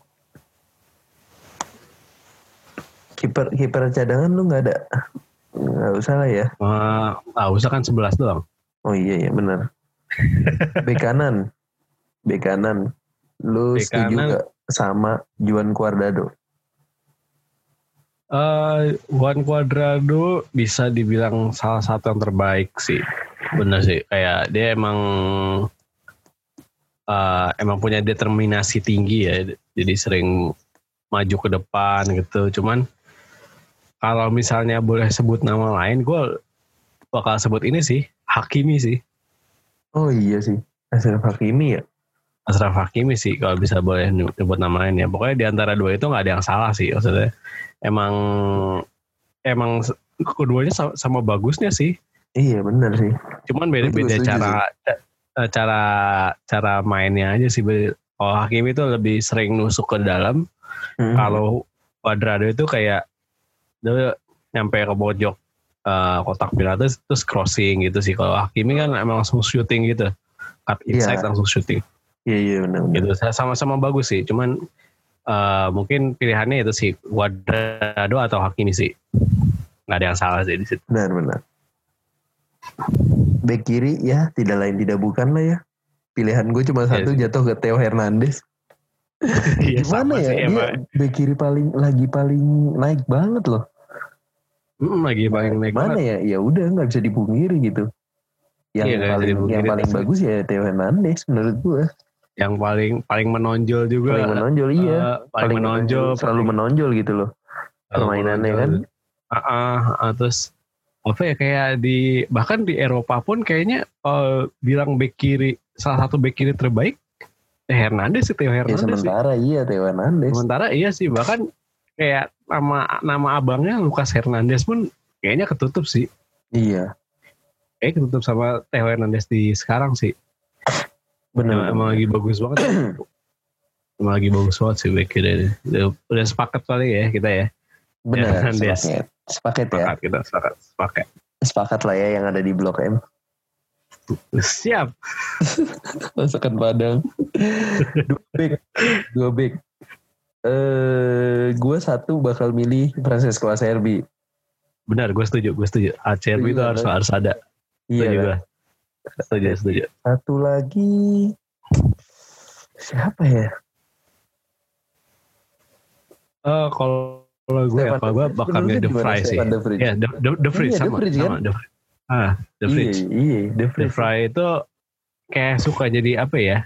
A: kiper cadangan lu nggak ada? Nggak usah lah ya.
B: Usah kan 11 doang.
A: Oh iya benar. Bek kanan. Lu setuju gak sama Juan Cuadrado?
B: Juan Cuadrado bisa dibilang salah satu yang terbaik sih. Bener sih. Kayak dia emang punya determinasi tinggi ya. Jadi sering maju ke depan gitu. Cuman kalau misalnya boleh sebut nama lain, gue bakal sebut ini sih, Hakimi sih.
A: Oh iya sih, Achraf Hakimi ya?
B: Achraf Hakimi sih, kalau bisa boleh nyebut nama lain ya. Pokoknya di antara dua itu gak ada yang salah sih. Maksudnya emang keduanya sama bagusnya sih.
A: Iya benar sih.
B: Cuman beda cara mainnya aja sih. Kalau Hakimi itu lebih sering nusuk ke dalam. Kalau Cuadrado itu kayak dia nyampe ke pojok kotak penalti terus crossing gitu sih. Kalau Hakimi kan emang langsung shooting gitu, cut inside langsung shooting.
A: Iya benar.
B: Gitu, sama-sama bagus sih. Cuman mungkin pilihannya itu sih Cuadrado atau Hakimi sih. Nggak ada yang salah sih di situ.
A: Benar. Bek kiri ya tidak lain tidak bukan lah ya. Pilihan gue cuma satu, jatuh ke Theo Hernandez. Gimana ya? Sih, dia bek kiri paling naik banget loh.
B: Lagi paling naik
A: banget. Mana ya? Ya udah nggak bisa dipungkiri gitu. Yang paling bagus ya Theo Hernandez menurut gue.
B: Yang paling menonjol juga.
A: Paling menonjol iya.
B: Paling menonjol.
A: Selalu menonjol gitu loh. Permainannya kan.
B: Terus apa ya, kayak bahkan di Eropa pun kayaknya bilang bek kiri, salah satu bek kiri terbaik Theo Hernandez.
A: Ya, sementara Theo Hernandez.
B: Sementara iya sih, bahkan kayak nama abangnya Lucas Hernandez pun kayaknya ketutup sih.
A: Iya.
B: Kayak ketutup sama Theo Hernandez di sekarang sih.
A: Benar.
B: Emang lagi bagus banget. Emang lagi bagus banget sih bek kiri. Udah sepakat kali ya kita ya.
A: Benar. Sepakat ya.
B: Kita sepakat.
A: Sepakat lah ya yang ada di Blok M.
B: Siap.
A: Masakan Padang. Dua bek. Gue satu bakal milih Francesco Acerbi.
B: Benar, gue setuju. Acerbi itu harus ada.
A: Iya.
B: Setuju.
A: Satu lagi siapa ya?
B: Kalau gue bakal milih The Vrij sih. Ya, The Vrij sama. The Vrij.
A: Iya,
B: The Vrij itu kayak suka jadi apa ya?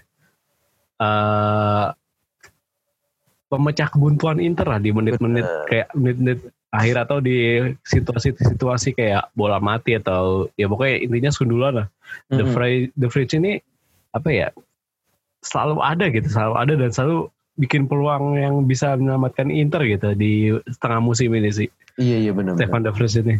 B: Pemecah kebuntuan Inter lah di menit-menit kayak menit-menit akhir atau di situasi kayak bola mati atau ya pokoknya intinya sundulan lah. The Vrij ini apa ya? Selalu ada dan selalu bikin peluang yang bisa menyelamatkan Inter gitu di setengah musim ini sih.
A: Iya benar.
B: Stefan De Vrij ini.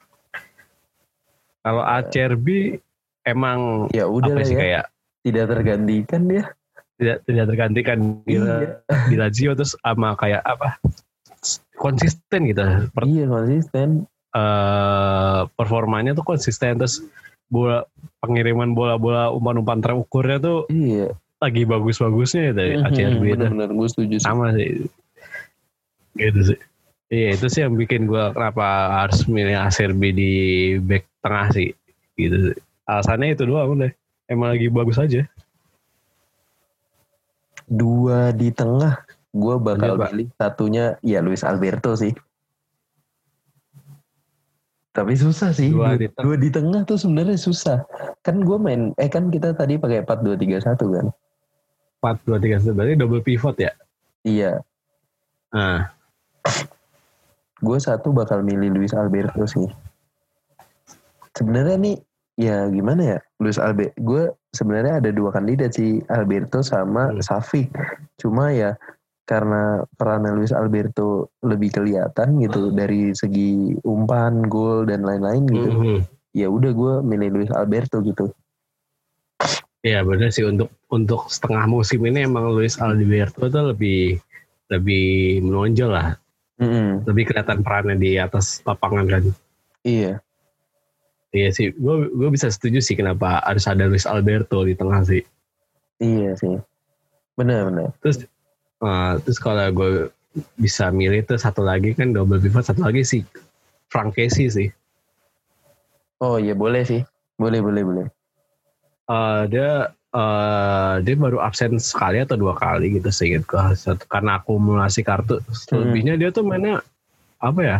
B: Kalau Acerbi emang
A: ya udah lah ya.
B: Kayak
A: tidak tergantikan dia.
B: Tidak tergantikan di Lazio, terus sama kayak apa? Konsisten gitu.
A: Iya konsisten.
B: Performanya tuh konsisten, terus pengiriman bola-bola umpan-umpan terukurnya tuh lagi bagus-bagusnya dari Acerbi.
A: Benar-benar gue setuju sih.
B: Sama sih. Gitu sih. Iya itu sih yang bikin gue kenapa harus milih Acerbi di back tengah sih. Gitu sih. Alasannya itu doang udah. Emang lagi bagus aja.
A: Dua di tengah gue bakal pilih satunya ya Luis Alberto sih. Tapi susah sih. Dua di tengah tuh sebenarnya susah. Kan gue kan kita tadi pakai 4-2-3-1 kan.
B: 4-2-3-1 berarti double pivot ya?
A: Iya. Gue satu bakal milih Luis Alberto sih. Sebenarnya nih ya gimana ya, Luis Alberto. Gue sebenarnya ada dua kandidat sih, Alberto sama Savic. Cuma ya karena peran Luis Alberto lebih kelihatan gitu dari segi umpan, gol dan lain-lain gitu. Ya udah gue milih Luis Alberto gitu.
B: Ya benar sih, untuk setengah musim ini emang Luis Alberto tuh lebih menonjol lah. Lebih kelihatan perannya di atas lapangan kan.
A: Iya.
B: Iya sih, gue bisa setuju sih kenapa harus ada Luis Alberto di tengah sih.
A: Iya sih. Benar.
B: Terus kalau gue bisa milih tuh satu lagi kan double pivot, satu lagi sih Frank Casey sih.
A: Oh iya boleh sih, boleh.
B: Dia baru absen sekali atau 2 kali gitu seingat gue, karena akumulasi kartu. Selebihnya dia tuh mainnya apa ya?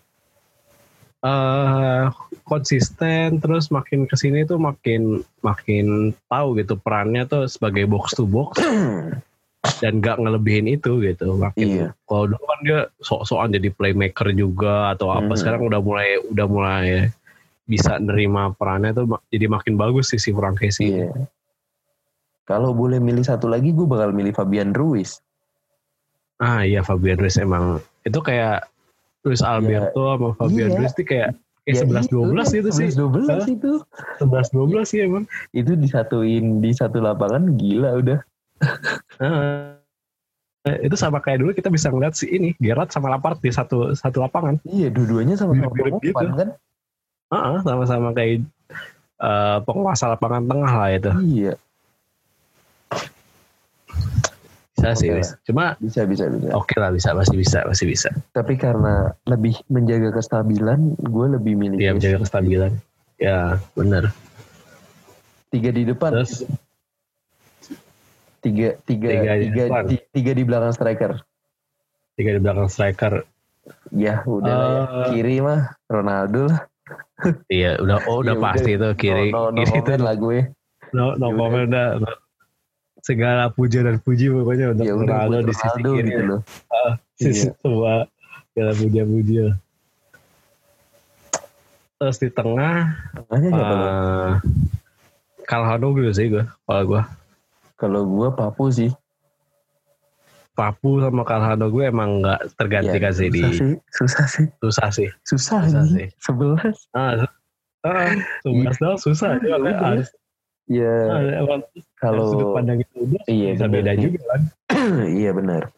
B: Konsisten, terus makin kesini tuh makin tahu gitu perannya tuh sebagai box to box. Dan gak ngelebihin itu gitu. Makin kalau dulu kan dia sok-sokan jadi playmaker juga atau apa, sekarang udah mulai bisa nerima perannya tuh, jadi makin bagus sih si Frank Casey.
A: Iya. Kalau boleh milih satu lagi, gue bakal milih Fabian Ruiz.
B: Iya, Fabian Ruiz emang itu kayak Luis Alberto sama Fabian Ruiz itu kayak 11-12 itu sih.
A: 11-12 itu.
B: 11-12 sih emang.
A: Itu disatuin di satu lapangan, gila udah.
B: Itu sama kayak dulu kita bisa ngeliat si ini Gerrard sama Lampard di satu lapangan.
A: Iya, dua-duanya sama-sama pengumpan kan.
B: Sama-sama kayak penguasa lapangan tengah lah itu.
A: Iya.
B: Bisa sih, cuma
A: bisa.
B: Oke lah, masih bisa.
A: Tapi karena lebih menjaga kestabilan, gue lebih milih.
B: Iya, menjaga kestabilan. Ya, benar.
A: 3 di depan.
B: Terus
A: tiga di belakang striker.
B: 3 di belakang striker.
A: Ya udah kiri mah Ronaldo lah.
B: Iya, udah pasti itu kiri.
A: No itu lah gue.
B: No comment dah. Segala puja dan puji pokoknya untuk Ronaldo di sisi kiri
A: gitu loh.
B: Sisi semua segala puja. Terus di tengah Calhanoglu sih gue. Kalau gue
A: Papu sih.
B: Papu sama Calhanoglu emang nggak tergantikan sih di. Susah sih.
A: 11.
B: 11 doang susah. Harus.
A: Ya. Kalau
B: sudut pandang itu bisa beda juga kan.
A: Iya benar.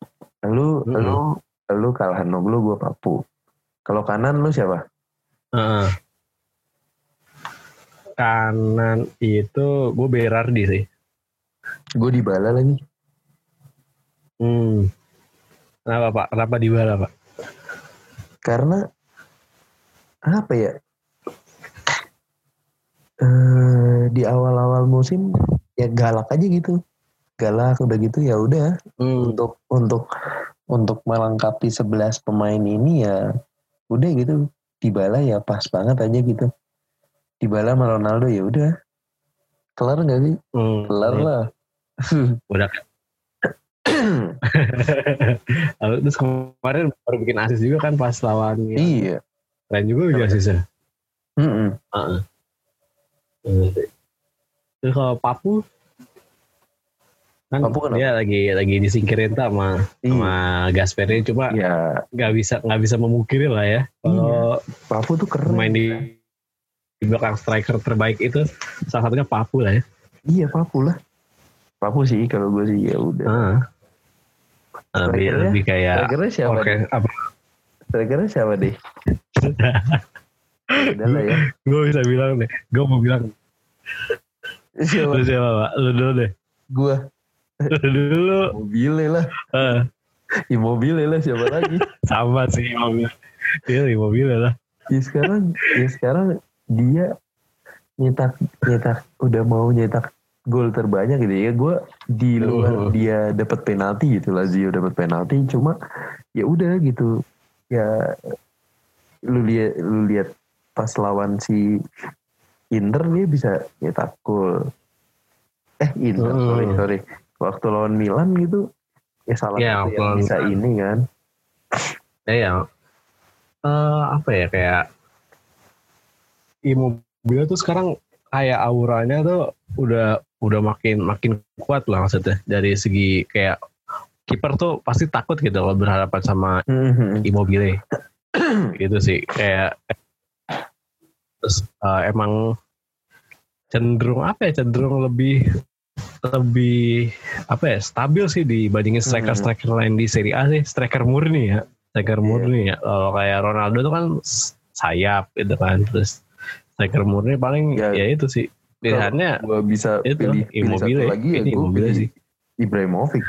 A: Lu Calhanoglu, gue Papu. Kalau kanan lu siapa?
B: Kanan itu gue Berardi sih.
A: Gue Dybala lagi.
B: Kenapa Pak? Kenapa Dybala Pak?
A: Karena apa ya? Di awal-awal musim ya galak aja gitu. Galak udah gitu ya udah. Untuk melengkapi 11 pemain ini ya udah gitu. Dybala ya pas banget aja gitu. Dybala sama Ronaldo ya udah. Kelar enggak sih? Kelar lah.
B: Udah. Terus kemarin baru bikin asis juga kan pas lawan.
A: Iya.
B: Keren juga bikin asisnya. Terus kalau Papu kan dia lagi disingkirin sama Gasperini, cuma nggak bisa memungkiri lah ya kalau
A: Papu tuh keren.
B: Main di belakang striker terbaik itu salah satunya Papu lah ya.
A: Iya Papu lah. Papu sih kalau gue sih ya udah.
B: Lebih kayak
A: strikernya siapa? Strikernya siapa deh? Udah lah ya.
B: Gue bisa bilang deh. Gue mau bilang.
A: Siapa
B: Pak? Lu dulu deh.
A: Gue.
B: Dulu.
A: Immobile lah. Immobile lah siapa lagi?
B: Sama sih Immobile. Dia Immobile lah.
A: Ya sekarang dia nyetak udah mau nyetak gol terbanyak gitu ya. Gue di luar dia dapat penalti gitu, Lazio dapat penalti, cuma ya udah gitu. Ya lu lihat pas lawan si Inter dia bisa nyetak gol. Inter sorry. Waktu lawan Milan gitu ya salah satu yang bisa ini kan.
B: Apa ya kayak Immobile tuh sekarang kayak auranya tuh udah makin kuat lah maksudnya, dari segi kayak kiper tuh pasti takut gitu kalau berhadapan sama Immobile. Gitu sih kayak terus emang cenderung lebih apa ya, stabil sih dibandingin striker lain di Serie A sih. Striker murni ya. Kalau kayak Ronaldo tuh kan sayap gitu kan, terus striker murni paling ya itu sih pilihannya.
A: Gue bisa
B: itu
A: pilih
B: Immobile
A: satu lagi ya,
B: Immobile sih.
A: Ibrahimovic.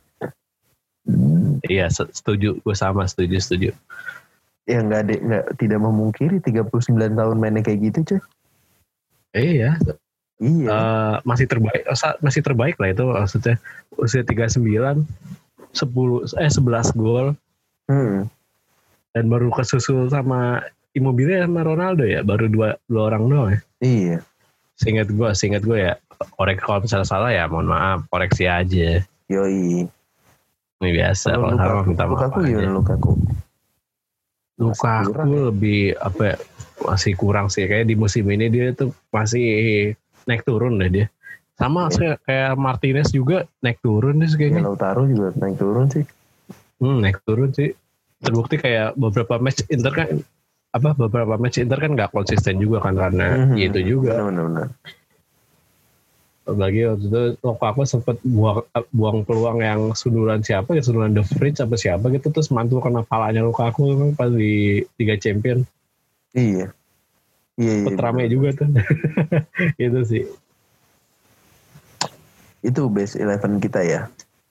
B: Iya, setuju. Gue sama, setuju.
A: Ya tidak memungkiri 39 tahun mainnya kayak gitu, cuy.
B: Iya.
A: Iya.
B: Masih terbaik lah itu maksudnya. Usia 39, 11 gol. Dan baru kesusul sama Immobile sama Ronaldo ya, baru dua orang doang ya.
A: Iya.
B: Seingat gue ya, kalau misalnya salah ya mohon maaf, koreksi aja.
A: Yoi.
B: Ini biasa kalau salah minta maaf. Lukaku lebih apa ya, masih kurang sih, kayak di musim ini dia tuh masih naik turun deh dia. Sama kayak Martinez juga naik turun deh kayaknya.
A: Lautaro juga naik turun sih.
B: Naik turun sih. Terbukti kayak beberapa match Inter kan nggak konsisten juga kan karena itu juga.
A: Benar.
B: Bagi waktu itu Lukaku sempat buang peluang yang sundulan The Fridge apa siapa gitu, terus mantul kena palanya Lukaku pas di Liga Champion.
A: Iya.
B: Rame juga tuh. Itu sih.
A: Itu base 11 kita ya.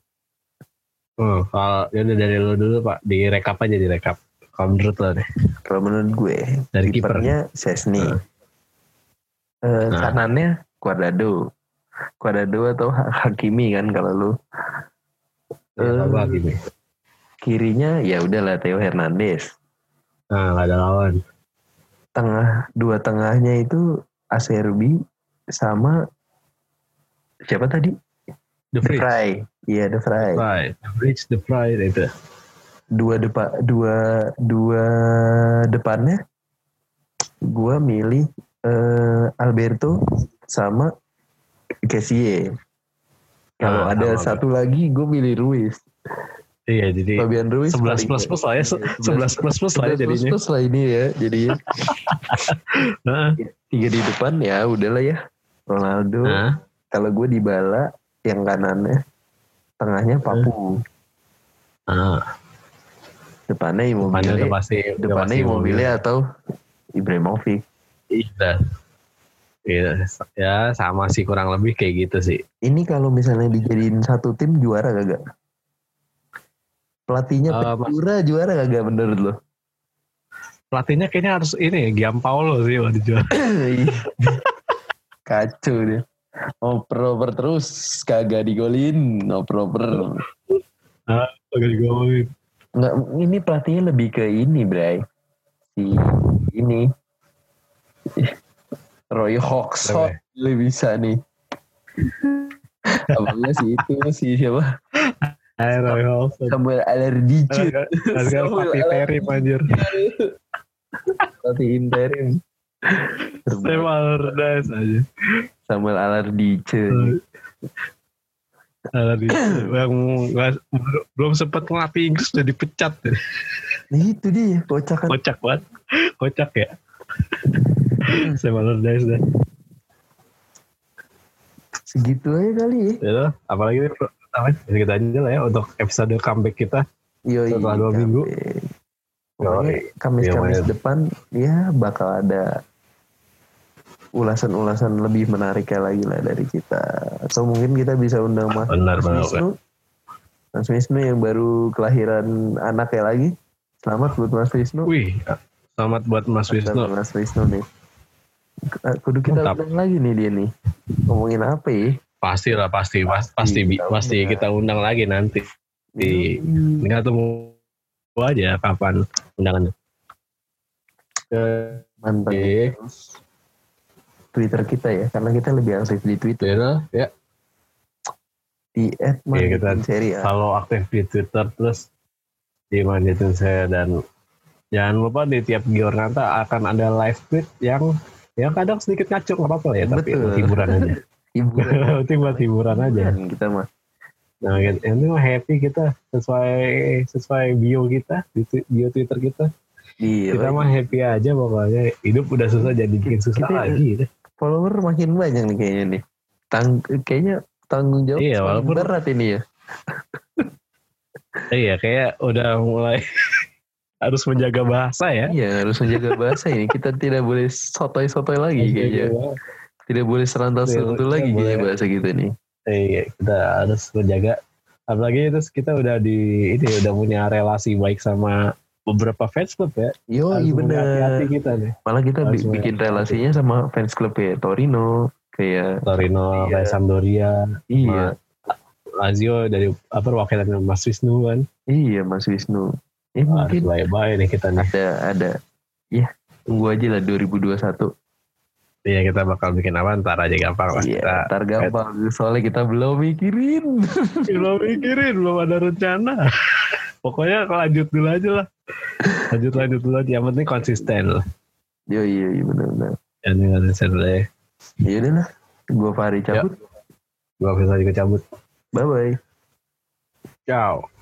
B: Kalau ya dari lo dulu Pak, direkap aja. Kalau menurut lo deh.
A: Kalau menurut gue, dari kipernya Szczęsny. Kanannya Cuadrado atau Hakimi kan kalau lu.
B: Hakimi.
A: Kirinya ya udahlah Theo Hernandez.
B: Nah, nggak ada lawan.
A: Dua tengahnya itu Acerbi sama siapa tadi? The Vrij. Iya, The Vrij.
B: The Vrij itu.
A: Dua depannya gua milih Alberto sama Kessie. Kalau ada satu lagi gue milih Ruiz.
B: Iya, jadi
A: Fabian Ruiz
B: 11 plus lah ya. 11 plus lah ya jadinya. 11 plus
A: lah ini ya jadinya. 3 di depan ya udahlah ya. Ronaldo. Kalau gue Dybala yang kanannya, tengahnya Papu. Depannya Immobile atau Ibrahimovic.
B: Iya, ya sama sih kurang lebih kayak gitu sih.
A: Ini kalau misalnya dijadiin satu tim juara kagak? Pelatihnya juara kagak menurut lo?
B: Pelatihnya kayaknya harus ini Giampaolo sih waktu juara.
A: Kacau dia. Oper terus kagak digolin, oper.
B: Kagak digolin.
A: Enggak, ini pelatihnya lebih ke ini, Bray. Ini Roy Hodgson lebih bisa nih. Abangnya sih itu sih siapa?
B: Roy Hodgson.
A: Samuel Alardice.
B: Samuel Interim anjir.
A: Pelatih interim. Samuel Alardice.
B: Yang belum sempat ngelatih Inggris udah dipecat.
A: Itu dia kocak
B: banget. Kocak ya. Saya malu dah.
A: Segitu aja kali
B: ya. Apalagi kita aja lah ya untuk episode comeback kita. Setelah 2 minggu.
A: Kamis depan ya bakal ada ulasan-ulasan lebih menarik lagi lah dari kita. Atau mungkin kita bisa undang Mas Wisnu yang baru kelahiran anaknya lagi. Selamat buat Mas Wisnu.
B: Wih, selamat buat Mas Wisnu.
A: Mas Wisnu nih. Kudu kita undang lagi nih dia nih. Ngomongin apa ya?
B: Pasti kita undang lagi nanti. Tinggal tunggu aja kapan undangannya.
A: Mantap. Twitter kita ya, karena kita lebih aktif di Twitter.
B: Ya.
A: Di @manditin_serie.
B: Kalau aktif di Twitter terus di Manditin saya, dan jangan lupa di tiap Giornata akan ada live tweet yang kadang sedikit ngacur, nggak apa-apa ya. Tapi hiburan aja. hiburan aja.
A: Kita mah.
B: Nah, ini mah happy kita sesuai bio kita di bio Twitter kita. Kita mah happy aja pokoknya. Hidup udah susah jadi bikin susah lagi.
A: Follower makin banyak nih kayaknya nih. Kayaknya tanggung jawab berat ini ya.
B: Iya, kayak udah mulai harus menjaga bahasa ya.
A: Iya, harus menjaga bahasa ini. Kita tidak boleh sotoy-sotoy lagi kayaknya. Tidak boleh serantau lagi kayaknya bahasa kita nih.
B: Kita harus menjaga. Apalagi terus kita udah punya relasi baik sama beberapa fans club ya.
A: Yo, iya benar.
B: Hati-hati kita nih.
A: Malah kita bikin relasinya sama fans club ya Torino, kayak
B: Sampdoria.
A: Iya.
B: Lazio dari perwakilan Mas Wisnu kan.
A: Iya, Mas Wisnu.
B: Mungkin bye-bye nih kita nih.
A: Ada. Ya, tunggu aja lah 2021.
B: Iya, kita bakal bikin apa ntar aja gampang lah.
A: Iya, ntar gampang. Soalnya kita belum mikirin.
B: Belum ada rencana. Pokoknya lanjut dulu aja lah. Lanjut dulu aja. Yang penting konsisten lah.
A: Iya benar.
B: Yang penting konsisten lah ya.
A: Iya udah lah. Gue Fahri cabut.
B: Gue Fahri juga cabut.
A: Bye-bye.
B: Ciao.